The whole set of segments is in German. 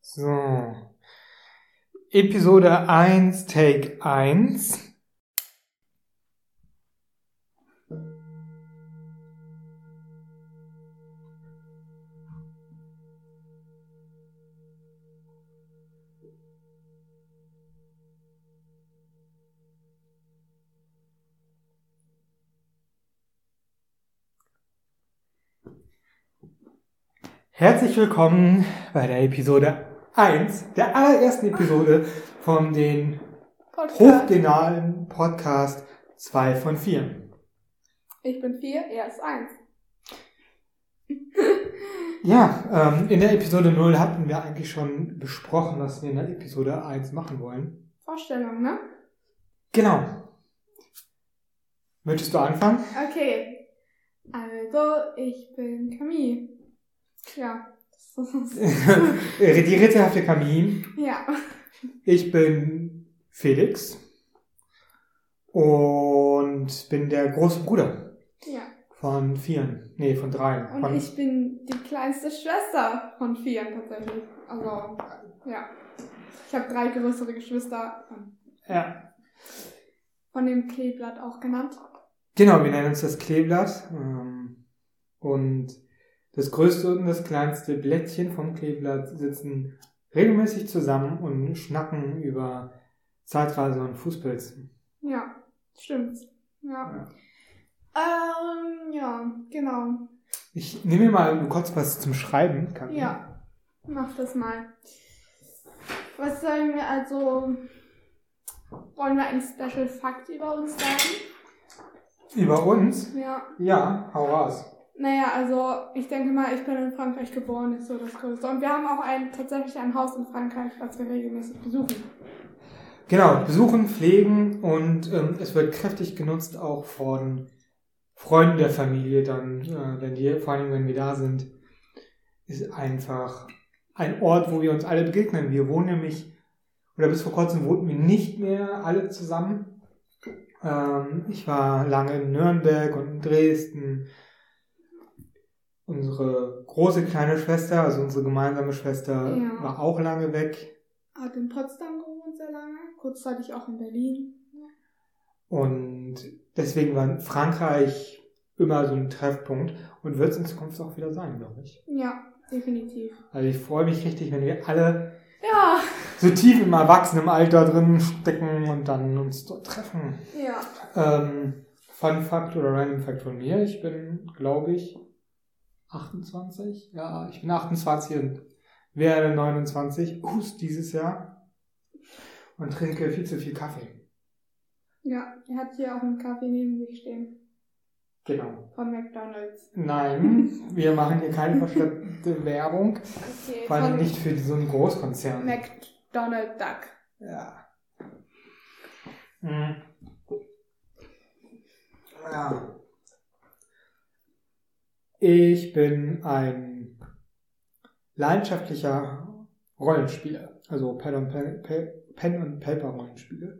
So. Episode 1, Take 1. Herzlich willkommen bei der Episode 1, der allerersten Episode von den hochgenialen Podcast 2 von 4. Ich bin 4, er ist 1. Ja, in der Episode 0 hatten wir eigentlich schon besprochen, was wir in der Episode 1 machen wollen. Vorstellung, ne? Genau. Möchtest du anfangen? Okay. Also, ich bin Camille. Ja. Die rätselhafte Camille. Ja. Ich bin Felix und bin der große Bruder Ja. von 4. Nee, von 3. Und ich bin die kleinste Schwester von 4 tatsächlich. Also, ja. Ich habe 3 größere Geschwister. Ja. Von dem Kleeblatt auch genannt. Genau, wir nennen uns das Kleeblatt. Und das größte und das kleinste Blättchen vom Kleeblatt sitzen regelmäßig zusammen und schnacken über Zeitreise und Fußpilz. Ja, stimmt. Ja. Ja, genau. Ich nehme mir mal kurz was zum Schreiben. Ja, mach das mal. Was sollen wir also... Wollen wir einen Special Fact über uns sagen? Über uns? Ja. Ja, hau raus. Naja, also ich denke mal, ich bin in Frankreich geboren, ist so das Größte. Und wir haben auch tatsächlich ein Haus in Frankreich, was wir regelmäßig besuchen. Genau, besuchen, pflegen und es wird kräftig genutzt auch von Freunden der Familie dann, vor allem wenn wir da sind, ist einfach ein Ort, wo wir uns alle begegnen. Wir wohnen nämlich, oder bis vor kurzem wohnten wir nicht mehr alle zusammen. Ich war lange in Nürnberg und in Dresden. Unsere große kleine Schwester, also unsere gemeinsame Schwester, war auch lange weg. Hat in Potsdam gewohnt sehr lange, kurzzeitig auch in Berlin. Und deswegen war Frankreich immer so ein Treffpunkt und wird es in Zukunft auch wieder sein, glaube ich. Ja, definitiv. Also ich freue mich richtig, wenn wir alle ja. so tief im Erwachsenenalter drin stecken und dann uns dort treffen. Ja. Fun Fact oder Random Fact von mir, ich bin, glaube ich, 28? Ja, ich bin 28 und werde 29 dieses Jahr und trinke viel zu viel Kaffee. Ja, er hat hier auch einen Kaffee neben sich stehen. Genau. Von McDonald's. Nein, wir machen hier keine versteckte Werbung. Okay, vor allem nicht für so einen Großkonzern. McDonald Duck. Ja. Ja. Ich bin ein leidenschaftlicher Rollenspieler, also Pen und Paper Rollenspieler.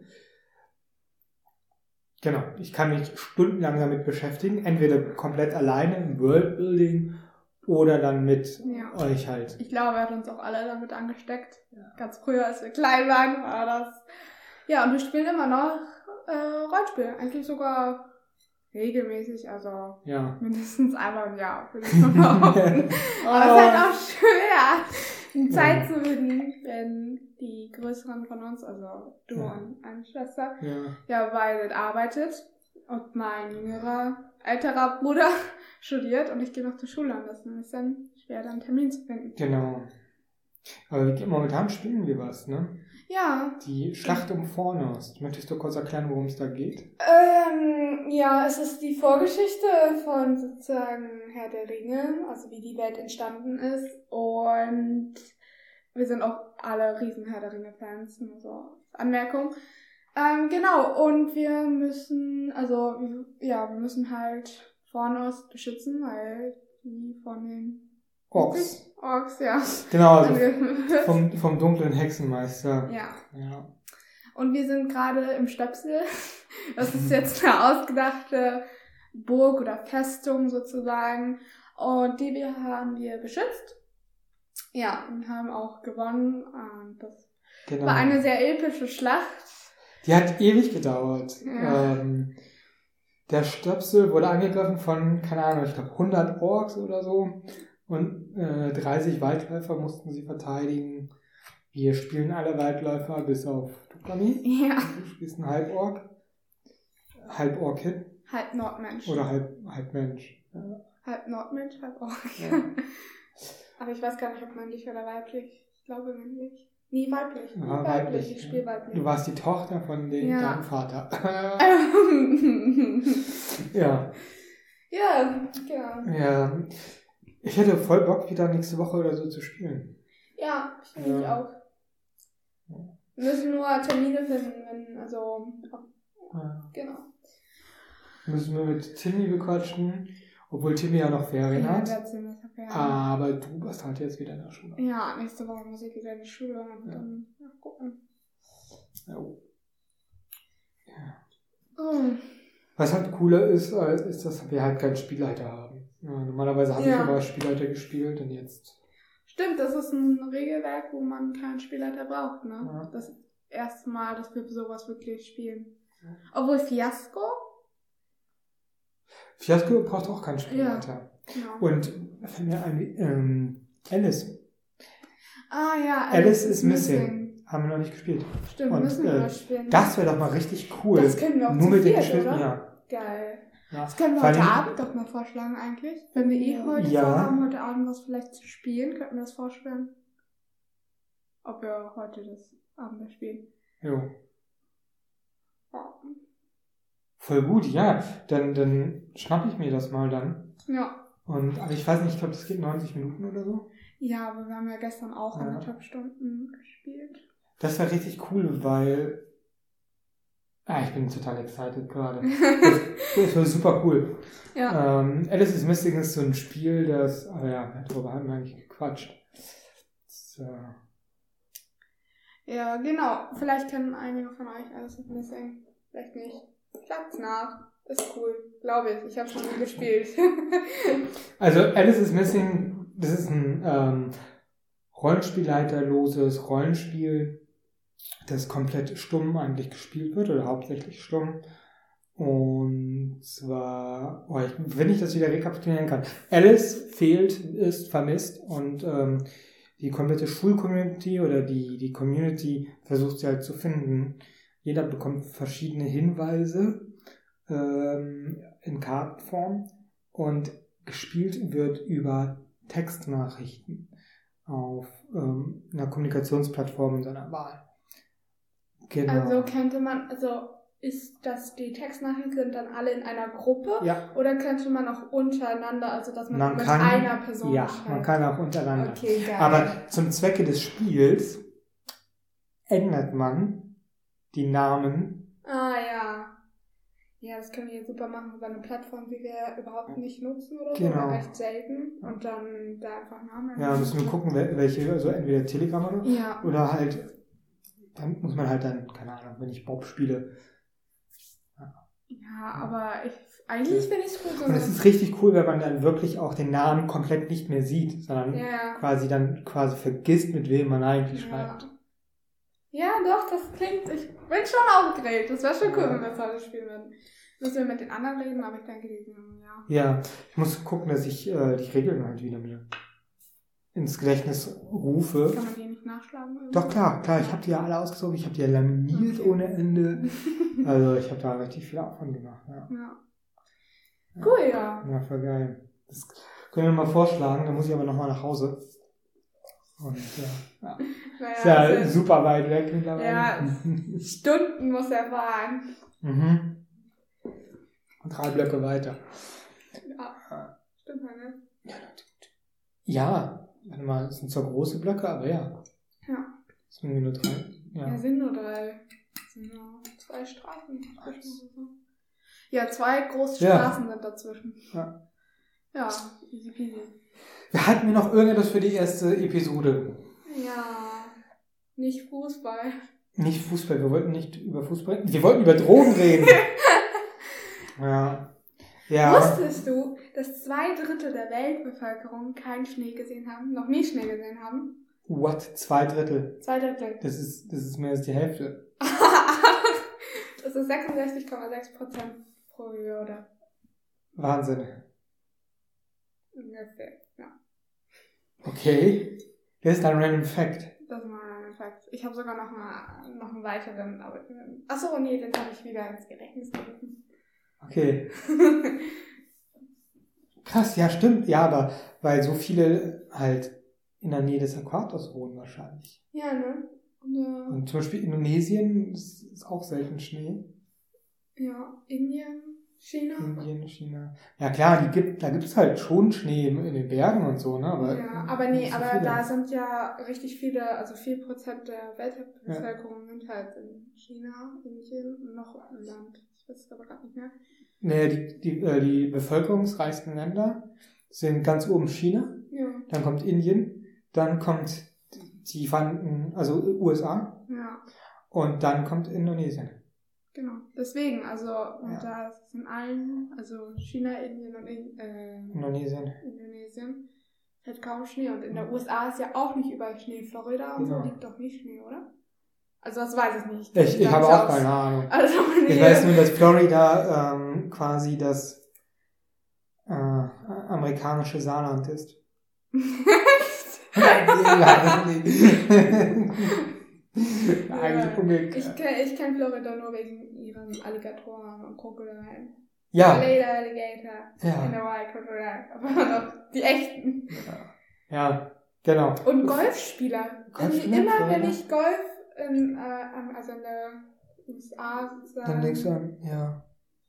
Genau, ich kann mich stundenlang damit beschäftigen, entweder komplett alleine im Worldbuilding oder dann mit euch halt. Ich glaube, er hat uns auch alle damit angesteckt. Ja. Ganz früher, als wir klein waren, war das. Ja, und wir spielen immer noch Rollenspiele, eigentlich sogar regelmäßig, also mindestens einmal im Jahr, würde ich mal behaupten. Aber es ist halt auch schwer, die Zeit zu finden, wenn die Größeren von uns, also du und meine Schwester, beide arbeitet und mein älterer Bruder studiert und ich gehe noch zur Schule und das ist ein bisschen schwer, dann einen Termin zu finden. Genau. Aber momentan spielen wir was, ne? Ja. Die Schlacht um Fornost. Möchtest du kurz erklären, worum es da geht? Ja, es ist die Vorgeschichte von sozusagen Herr der Ringe, also wie die Welt entstanden ist. Und wir sind auch alle riesen Herr der Ringe-Fans, nur so als Anmerkung. Genau, und wir müssen halt Fornost beschützen, weil die von den Orks, ja. Genau, also vom dunklen Hexenmeister. Ja. Und wir sind gerade im Stöpsel. Das ist jetzt eine ausgedachte Burg oder Festung sozusagen. Und die haben wir beschützt. Ja, und haben auch gewonnen. Das war eine sehr epische Schlacht. Die hat ewig gedauert. Ja. Der Stöpsel wurde angegriffen von, keine Ahnung, ich glaube 100 Orks oder so. Und 30 Waldläufer mussten sie verteidigen. Wir spielen alle Waldläufer bis auf Tukami. Ja. Du spielst einen Halborg. Halborkin. Halb Nordmensch. Oder halb Mensch. Ja. Halb Nordmensch, halb Ork. Ja. Aber ich weiß gar nicht, ob männlich oder weiblich. Ich glaube männlich. Nee, weiblich. Ja, weiblich. Ich spiele weiblich. Du warst die Tochter von deinem Vater. Ja. Ja, genau. Ja. Ich hätte voll Bock, wieder nächste Woche oder so zu spielen. Ja, ich auch. Wir müssen nur Termine finden, genau. Müssen wir mit Timmy bequatschen, obwohl Timmy ja noch Ferien hat. Aber du bist halt jetzt wieder in der Schule. Ja, nächste Woche muss ich wieder in die Schule und dann gucken. Oh. Ja. Oh. Was halt cooler ist, dass wir halt keinen Spielleiter haben. Ja, normalerweise habe ich immer Spielleiter gespielt und jetzt... Stimmt, das ist ein Regelwerk, wo man keinen Spielleiter braucht, ne? Ja. Das erste Mal, dass wir sowas wirklich spielen. Ja. Obwohl Fiasko braucht auch keinen Spielleiter. Ja, genau. Und fällt mir ein, Alice. Ah ja, Alice is Missing. Haben wir noch nicht gespielt. Stimmt, und, müssen wir noch spielen. Das wäre doch mal richtig cool. Das können wir auch nur mit den Geschwistern, oder? Ja. Geil. Ja. Das können wir heute Abend doch mal vorschlagen eigentlich. Wenn wir heute vorhaben, heute Abend was vielleicht zu spielen, könnten wir das vorstellen. Ob wir heute das Abend spielen. Jo. Voll gut, ja. Dann schnapp ich mir das mal dann. Ja. Aber ich weiß nicht, ich glaube, das geht 90 Minuten oder so. Ja, aber wir haben ja gestern auch 1,5 Stunden gespielt. Das war richtig cool, weil... ich bin total excited gerade. Das war super cool. Ja. Alice is Missing ist so ein Spiel, darüber haben wir eigentlich gequatscht. Ja, genau. Vielleicht kennen einige von euch Alice is Missing. Vielleicht nicht. Schlagt's nach. Ist cool. Glaube ich. Ich habe schon gespielt. Also Alice is Missing, das ist ein rollenspielleiterloses Rollenspiel, das komplett stumm eigentlich gespielt wird oder hauptsächlich stumm. Und zwar, wenn ich das wieder rekapitulieren kann. Alice ist vermisst und die komplette Schulcommunity oder die Community versucht sie halt zu finden. Jeder bekommt verschiedene Hinweise in Kartenform und gespielt wird über Textnachrichten auf einer Kommunikationsplattform seiner Wahl. Genau. Also ist das, die Textnachrichten sind dann alle in einer Gruppe? Ja. Oder könnte man auch untereinander, also dass man mit einer Person schreibt? Ja, man kann auch untereinander. Okay, geil. Aber zum Zwecke des Spiels ändert man die Namen. Ah, ja. Ja, das können wir hier super machen über eine Plattform, die wir überhaupt nicht nutzen oder so. Genau. Recht selten. Und dann da einfach Namen. Ja, müssen wir gucken, welche, also entweder Telegram oder halt, dann muss man halt dann, keine Ahnung, wenn ich Bob spiele. Ja, aber eigentlich finde ich es gut. Und es ist richtig cool, wenn man dann wirklich auch den Namen komplett nicht mehr sieht, sondern quasi vergisst, mit wem man eigentlich schreibt. Ja, doch, das klingt, ich bin schon aufgeregt. Das wäre schon cool, wenn wir das heute spielen würden. Müssen wir mit den anderen reden, aber ich denke, die sind, Ja, ich muss gucken, dass ich die Regeln halt wieder mir ins Gedächtnis rufe. Kann man die nicht nachschlagen? Irgendwie? Doch, klar, ich habe die ja alle ausgesucht, ich habe die ja laminiert ohne Ende. Also ich habe da richtig viel Aufwand gemacht. Ja. Cool, ja. Ja, voll geil. Das können wir mal vorschlagen, dann muss ich aber nochmal nach Hause. Und ist ja super weit weg mittlerweile. Ja, Stunden muss er fahren. Mhm. Und 3 Blöcke weiter. Ja, stimmt mal, ne? Ja, warte mal, das sind zwar große Blöcke, aber ja. Ja. Das sind nur 3. Ja, sind nur 3. Das sind nur 2 Straßen dazwischen. Ja, 2 große Straßen sind dazwischen. Ja, easy peasy. Wir hatten mir noch irgendetwas für die erste Episode. Ja, nicht Fußball. Nicht Fußball, wir wollten nicht über Fußball reden. Wir wollten über Drogen reden. Ja. Wusstest du, dass 2/3 der Weltbevölkerung keinen Schnee gesehen haben, noch nie Schnee gesehen haben. What? 2/3? 2/3. Das ist mehr als die Hälfte. Das ist 66,6% pro Würde. Wahnsinn. Ungefähr, ja. Okay. Das ist ein Random Fact. Das ist mal ein Random Fact. Ich habe sogar noch einen weiteren. Achso, nee, den habe ich wieder ins Gedächtnis gerufen. Okay. Krass, ja, stimmt. Ja, aber weil so viele halt in der Nähe des Äquators wohnen wahrscheinlich. Ja, ne? Ja. Und zum Beispiel Indonesien ist auch selten Schnee. Ja, Indien, China. Ja klar, da gibt's halt schon Schnee in den Bergen und so, ne? Aber ja, aber da sind ja richtig viele, also 4% der Weltbevölkerung sind halt in China, Indien und noch ein Land. Ich weiß es aber gerade nicht mehr. Nee, die bevölkerungsreichsten Länder sind ganz oben China, dann kommt Indien, dann kommt die Vereinigten, also USA, und dann kommt Indonesien. Genau, deswegen, also da ist in allen, also China, Indien und Indonesien halt kaum Schnee, und in der USA ist ja auch nicht überall Schnee. Florida und so liegt doch nicht Schnee, oder? Also das weiß ich nicht. Ich habe auch keine Ahnung. Also, ich weiß nur, dass Florida quasi das amerikanische Saarland ist. Ich kenn Florida nur wegen ihren Alligatoren und Krokodilen. Ja. Alligator. Ja. In der Wild Crocodile. Aber noch die echten. Ja, genau. Und Golfspieler. Immer wenn ich Golf also in der USA sozusagen. Dann denkst du an, ja.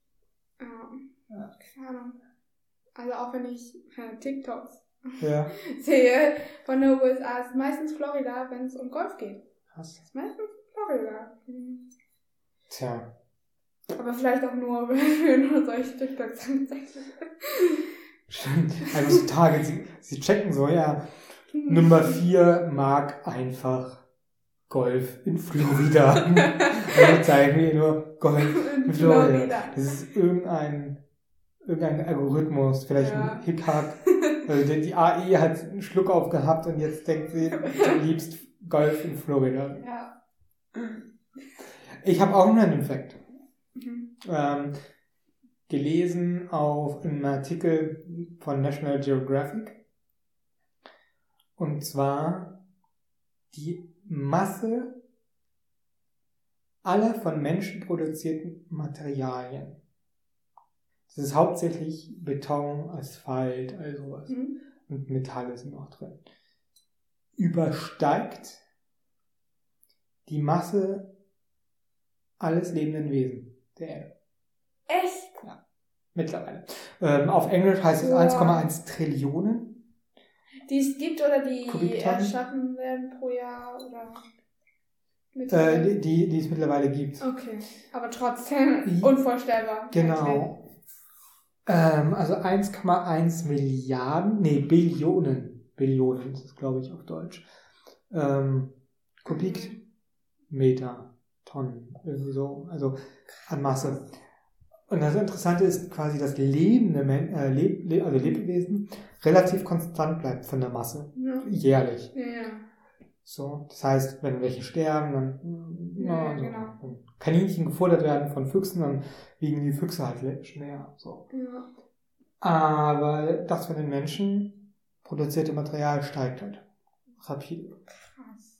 Keine Ahnung. Also auch wenn ich TikToks sehe von der USA, ist meistens Florida, wenn es um Golf geht. Krass. Ist meistens Florida. Tja. Aber vielleicht auch nur, wenn wir nur solche TikToks angezeigt werden. Stimmt. Also Tage, sie checken so, Nummer 4 mag einfach Golf in Florida. Und zeigen wir nur Golf in Florida. Das ist irgendein Algorithmus, vielleicht ein Hickhack. Also die AI hat einen Schluck aufgehabt und jetzt denkt sie, du liebst Golf in Florida. Ja. Ich habe auch einen Fact. Gelesen auf einem Artikel von National Geographic. Und zwar die Masse aller von Menschen produzierten Materialien. Das ist hauptsächlich Beton, Asphalt, all sowas. Und Metalle sind noch drin. Übersteigt die Masse alles lebenden Wesen der Erde. Echt? Ja, mittlerweile. Auf Englisch heißt es 1,1 Trillionen. Die es gibt oder die erschaffen werden pro Jahr oder? Die es mittlerweile gibt. Okay, aber trotzdem unvorstellbar. Genau. Also 1,1 Milliarden, Billionen ist es, glaube ich, auf Deutsch. Kubikmeter, Tonnen, irgendwie so, also an Masse. Und das Interessante ist quasi, dass lebende Lebewesen relativ konstant bleibt von der Masse. Jährlich. Ja. So, das heißt, wenn welche sterben, dann genau. wenn Kaninchen gefuttert werden von Füchsen, dann wiegen die Füchse halt schwer. So. Ja. Aber das von den Menschen produzierte Material steigt halt rapide. Krass.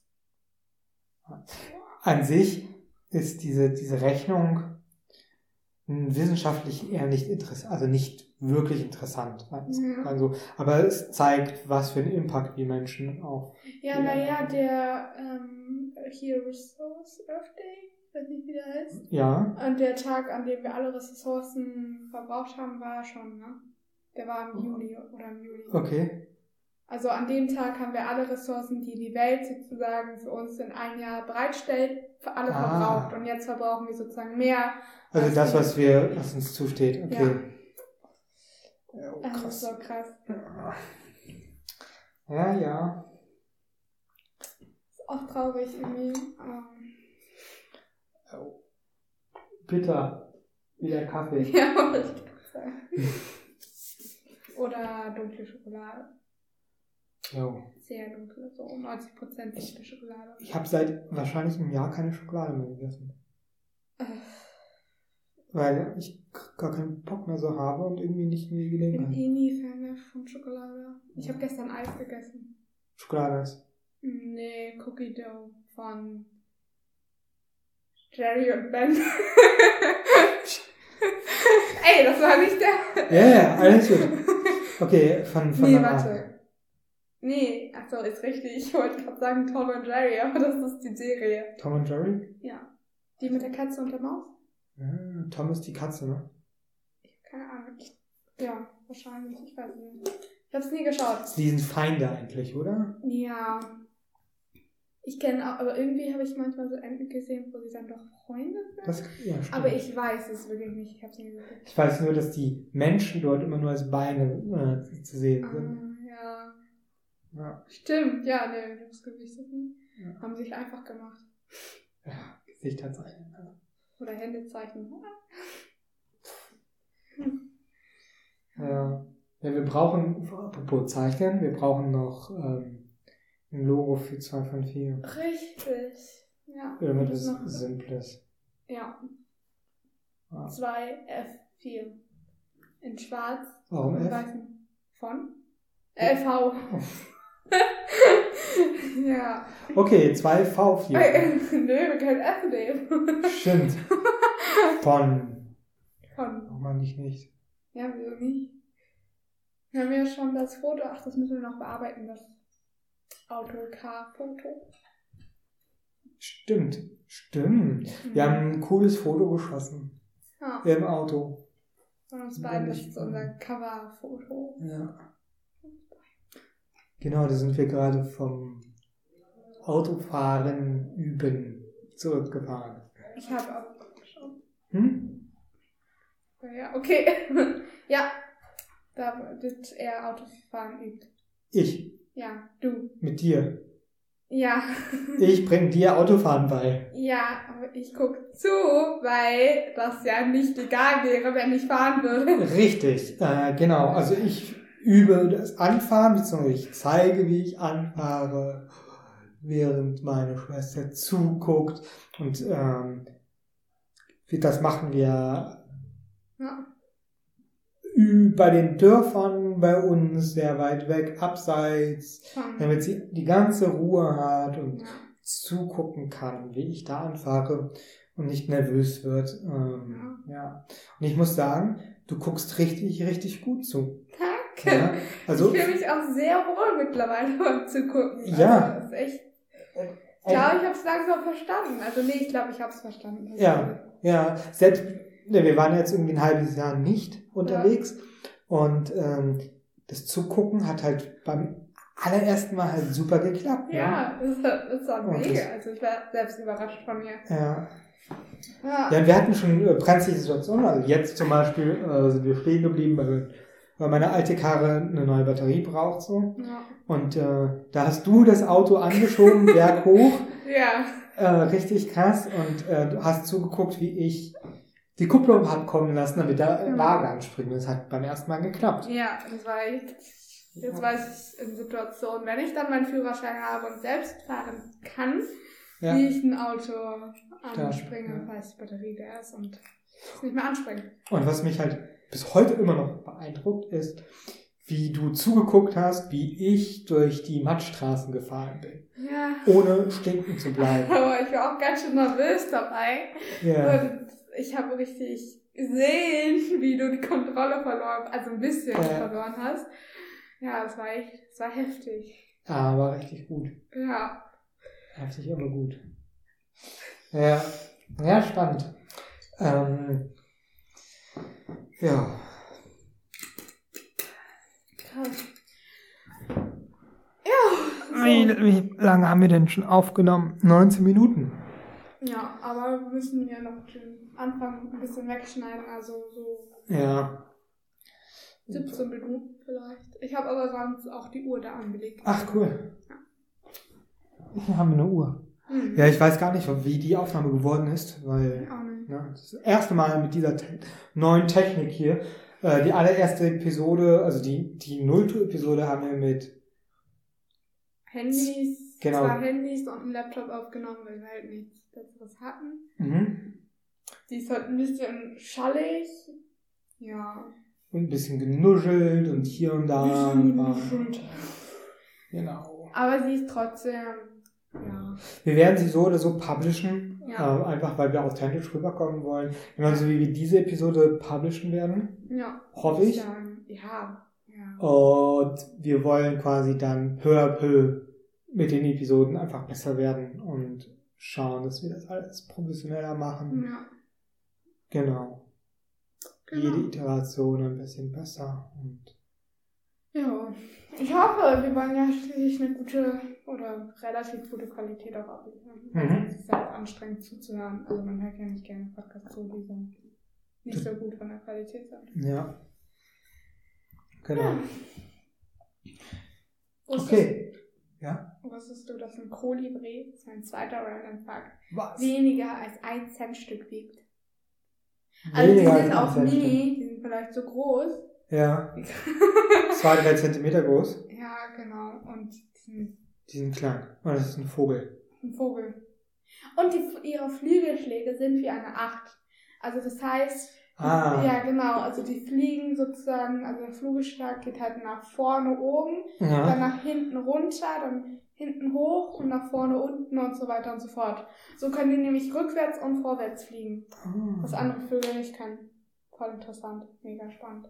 An sich ist diese Rechnung wissenschaftlich eher nicht interessant, also nicht wirklich interessant. Also, aber es zeigt, was für einen Impact die Menschen auch. Ja, naja, der hier Resource Earth Day, ich weiß nicht, wie der heißt. Ja. Und der Tag, an dem wir alle Ressourcen verbraucht haben, war schon, ne? Der war im Juli oder im Juli. Okay. Also an dem Tag haben wir alle Ressourcen, die die Welt sozusagen für uns in einem Jahr bereitstellt, für alle verbraucht. Und jetzt verbrauchen wir sozusagen mehr. Also das, was uns zusteht. Okay. Ja, krass. Das ist so krass. Ja. Ist auch traurig irgendwie. Bitter. Wie der Kaffee. Ja, wollte ich gerade sagen. Oder dunkle Schokolade. Jo. Sehr dunkle, so 90% dunkle Schokolade. Ich habe seit wahrscheinlich einem Jahr keine Schokolade mehr gegessen. Weil ich gar keinen Bock mehr so habe und irgendwie nicht mehr gelegen habe. Ich bin nie Fan von Schokolade. Ich habe gestern Eis gegessen. Schokolade-Eis? Nee, Cookie Dough von Jerry und Ben. Ey, das war nicht der... Ja, alles gut. Okay, von nee, warte. Nee, achso, ist richtig. Ich wollte gerade sagen Tom und Jerry, aber das ist die Serie. Tom und Jerry? Ja. Die mit der Katze und der Maus? Ja, Tom ist die Katze, ne? Ich habe keine Ahnung. Ja, wahrscheinlich. Ich weiß nicht. Ich habe es nie geschaut. Die sind Feinde eigentlich, oder? Ja. Ich kenne auch, aber irgendwie habe ich manchmal so Enden gesehen, wo sie dann doch Freunde sind. Das, ja, stimmt. Aber ich weiß es wirklich nicht. Ich habe es nie gesehen. Ich weiß nur, dass die Menschen dort immer nur als Beine zu sehen sind. Ja. Ja. Stimmt, ja, ne, das Gesicht ist nicht. Ja. Haben sich einfach gemacht. Ja, Gesicht hat zeichnen. Oder Hände zeichnen. Ja, wir brauchen, apropos zeichnen, wir brauchen noch ein Logo für 2 von 4. Richtig. Ja. Irgendwas Simples. Ja. 2F4. In schwarz. Warum und F? Weißen. Von? V. Ja. Okay, 2V4. Nö, wir können F nehmen. Stimmt. Von. Oh man nicht. Ja, wieso nicht? Wir haben ja schon das Foto. Ach, das müssen wir noch bearbeiten, das Autocar-Foto. Stimmt. Wir haben ein cooles Foto geschossen. Ja. Im Auto. Von uns beiden, das ist unser Cover-Foto. Ja. Genau, da sind wir gerade vom Autofahren üben zurückgefahren. Ich habe auch geschaut. Ja, okay. Ja, da wird er Autofahren übt. Ich? Ja, du. Mit dir? Ja. Ich bring dir Autofahren bei. Ja, aber ich guck zu, weil das ja nicht legal wäre, wenn ich fahren würde. Richtig, genau. Also ich übe das Anfahren, beziehungsweise ich zeige, wie ich anfahre, während meine Schwester zuguckt. Und das machen wir bei den Dörfern bei uns, sehr weit weg, abseits, damit sie die ganze Ruhe hat und zugucken kann, wie ich da anfahre und nicht nervös wird. Ja. Und ich muss sagen, du guckst richtig, richtig gut zu. Danke. Ja, also, ich fühle mich auch sehr wohl mittlerweile beim Zugucken. Ja. Also, das ist echt... Ich glaube, ich habe es langsam verstanden. Also nee, ich glaube, ich habe es verstanden. Ja. Selbst, wir waren jetzt irgendwie ein halbes Jahr nicht unterwegs und das Zugucken hat halt beim allerersten Mal halt super geklappt. Ja, das war mega. Also ich war selbst überrascht von mir. Ja, wir hatten schon brenzliche Situationen. Also jetzt zum Beispiel sind wir stehen geblieben, weil meine alte Karre eine neue Batterie braucht. So. Ja. Und da hast du das Auto angeschoben, berghoch. Ja. Richtig krass. Und du hast zugeguckt, wie ich die Kupplung habe kommen lassen, damit der Wagen anspringt. Das hat beim ersten Mal geklappt. Ja, das war echt... Jetzt weiß ich in Situationen, wenn ich dann meinen Führerschein habe und selbst fahren kann, wie ich ein Auto anspringe, falls die Batterie leer ist und es nicht mehr anspringt. Und was mich halt bis heute immer noch beeindruckt ist, wie du zugeguckt hast, wie ich durch die Matschstraßen gefahren bin. Ja. Ohne stinken zu bleiben. Aber ich war auch ganz schön nervös dabei. Ja. Und ich habe richtig gesehen, wie du die Kontrolle verloren, also ein bisschen verloren hast. Ja, das war heftig. Aber richtig gut. Ja. Heftig, aber gut. Ja, spannend. Ja. Krass. Ja. So. Wie lange haben wir denn schon aufgenommen? 19 Minuten. Ja, aber wir müssen ja noch den Anfang ein bisschen wegschneiden, also so. Ja. 17 Minuten vielleicht. Ich habe aber sonst auch die Uhr da angelegt. Ach, cool. Ja. Hier haben wir eine Uhr. Mhm. Ja, ich weiß gar nicht, wie die Aufnahme geworden ist, weil das erste Mal mit dieser neuen Technik hier. Die allererste Episode, also die 0. Episode haben wir mit Handys, zwei Handys und einen Laptop aufgenommen, weil wir halt nichts Besseres hatten. Die ist halt ein bisschen schallig. Ja. Und ein bisschen genuschelt und hier und da. Genau. Aber sie ist trotzdem, ja. Wir werden sie so oder so publishen, einfach weil wir authentisch rüberkommen wollen. Genauso wie wir diese Episode publishen werden. Ja. Hoffe ich. Ja. Und wir wollen quasi dann peu à peu mit den Episoden einfach besser werden und schauen, dass wir das alles professioneller machen. Ja. Genau. Jede Iteration ein bisschen besser. Und ja, ich hoffe, wir wollen ja schließlich eine gute oder relativ gute Qualität auch abliefern. Es ist ja auch anstrengend zuzuhören. Also man hört ja nicht gerne Podcasts zu, die sind nicht so gut von der Qualität sind. Ja. Genau. Ja. Okay. Ja. Wusstest du, dass ein Kolibri, das ist mein zweiter Random Fact, Was? weniger als 1 Centstück wiegt? Also die sind auch mini, die sind vielleicht so groß. Ja. 2-3 Zentimeter groß. Ja, genau. Und die sind klein. Und das ist ein Vogel. Ein Vogel. Und ihre Flügelschläge sind wie eine 8. Also das heißt, ja genau, also die fliegen sozusagen, also der Flügelschlag geht halt nach vorne oben, dann nach hinten runter, dann hinten hoch und nach vorne unten und so weiter und so fort. So können die nämlich rückwärts und vorwärts fliegen. Was andere Vögel nicht können. Voll interessant. Mega spannend.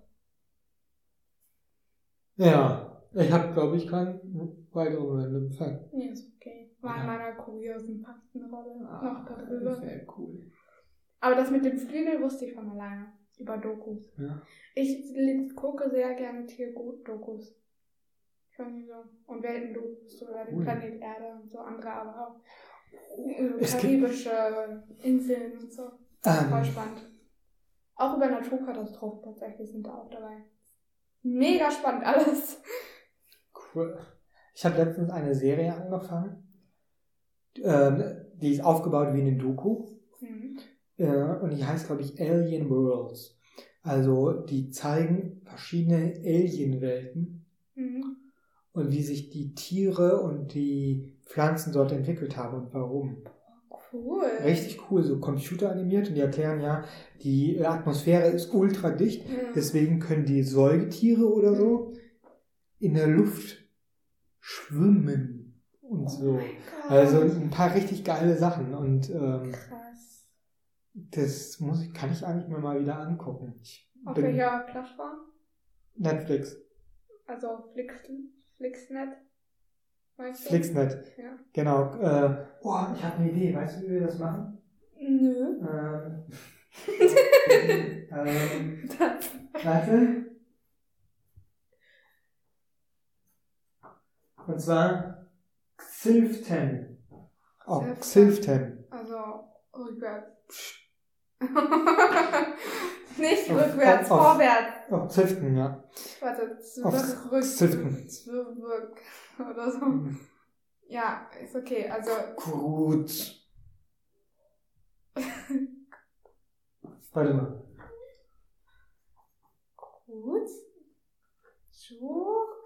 Ja, ich habe, glaube ich, keinen weiteren Random Fact. Nee, ist okay. War in meiner kuriosen Faktenrolle noch darüber. Sehr cool. Aber das mit dem Flügel wusste ich von alleine. Über Dokus. Ja. Ich gucke sehr gerne Tierdokus. Und Weltendokus über den Planet Erde und so andere, aber auch karibische Inseln und so. Voll spannend. Auch über Naturkatastrophen tatsächlich sind da auch dabei. Mega spannend alles. Cool. Ich habe letztens eine Serie angefangen. Die ist aufgebaut wie eine Doku. Und die heißt, glaube ich, Alien Worlds. Also die zeigen verschiedene Alien-Welten und wie sich die Tiere und die Pflanzen dort entwickelt haben und warum. Cool. Richtig cool, so computeranimiert, und die erklären ja, die Atmosphäre ist ultra dicht, deswegen können die Säugetiere oder so in der Luft schwimmen und so. Also ein paar richtig geile Sachen und krass. Das kann ich eigentlich mal wieder angucken. Auf welcher Plattform? Netflix. Also Flixnet? Flixnet. Ja. Genau. Ich habe eine Idee. Weißt du, wie wir das machen? Nö. Warte. Und zwar Xilften. Xilften. Also rückwärts. Nicht rückwärts, vorwärts. Xilften, ja. Warte, Xilften. Oder so. Ja, ist okay, also. Gut. Warte mal. Gut. Schurk.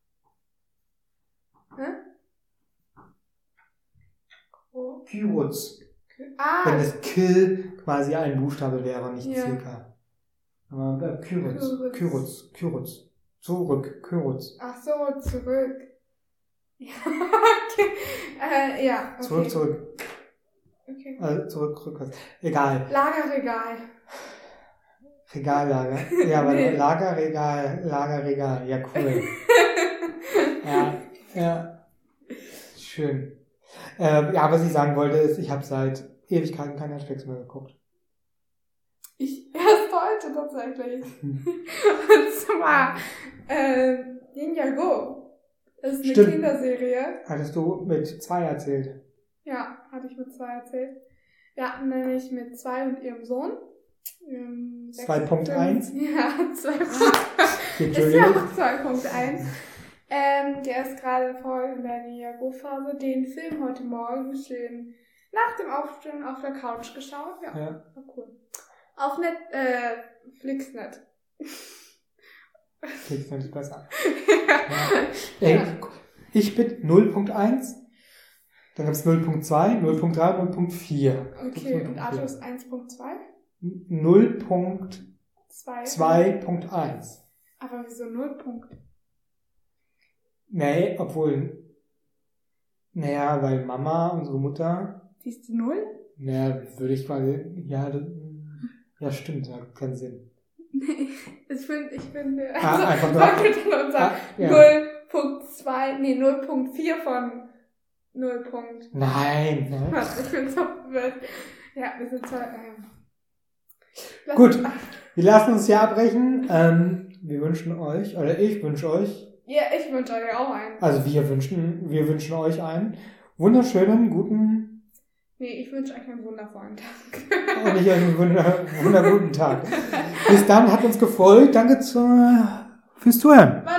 Kyruz. Wenn das K quasi ein Buchstabe wäre, nicht circa. Aber Kyruz. Kyruz. Ach so, zurück. Ja, okay. Ja. Okay. Zurück. Okay. Zurück, rückwärts. Egal. Lagerregal. Regallager. Ja, aber nee. Lagerregal. Ja, cool. Ja. Schön. Ja, was ich sagen wollte ist, ich habe seit Ewigkeiten kein Netflix mehr geguckt. Ich erst heute tatsächlich. Und zwar Ninja Go. Das ist eine Kinderserie. Hattest du mit 2 erzählt? Ja, hatte ich mit 2 erzählt. Wir hatten nämlich mit 2 und ihrem Sohn. 2.1? Ja, 2.1. Ist ja auch 2.1. Der ist gerade voll in der Ninja Go-Phase. Den Film heute Morgen schön nach dem Aufstehen auf der Couch geschaut. Ja. War cool. Auf Flixnet. Kriegst du nicht besser. Ja. Ich bin 0.1. Dann gibt es 0.2, 0.3 und 0.4. Okay, und Arthur ist 1.2? 0.2.1. Aber wieso 0 Punkt? Nee, obwohl... Naja, weil Mama, unsere Mutter... Die ist die 0? Naja, würde ich quasi... Ja, stimmt, ja, keinen Sinn. Nee, ich finde... einfach nur... Ja. 0.2, nee, 0.4 von 0 Punkt. Nein. Ich bin so verwirrt. Ja, wir sind zwar... Gut, wir lassen uns hier abbrechen. Wir wünschen euch, oder ich wünsche euch... Ja, ich wünsche euch auch einen. Also wir wünschen euch einen wunderschönen, guten... Nee, ich wünsche euch einen wundervollen Tag. Und ich einen wunderguten Tag. Bis dann, hat uns gefolgt. Danke fürs Zuhören. Bye.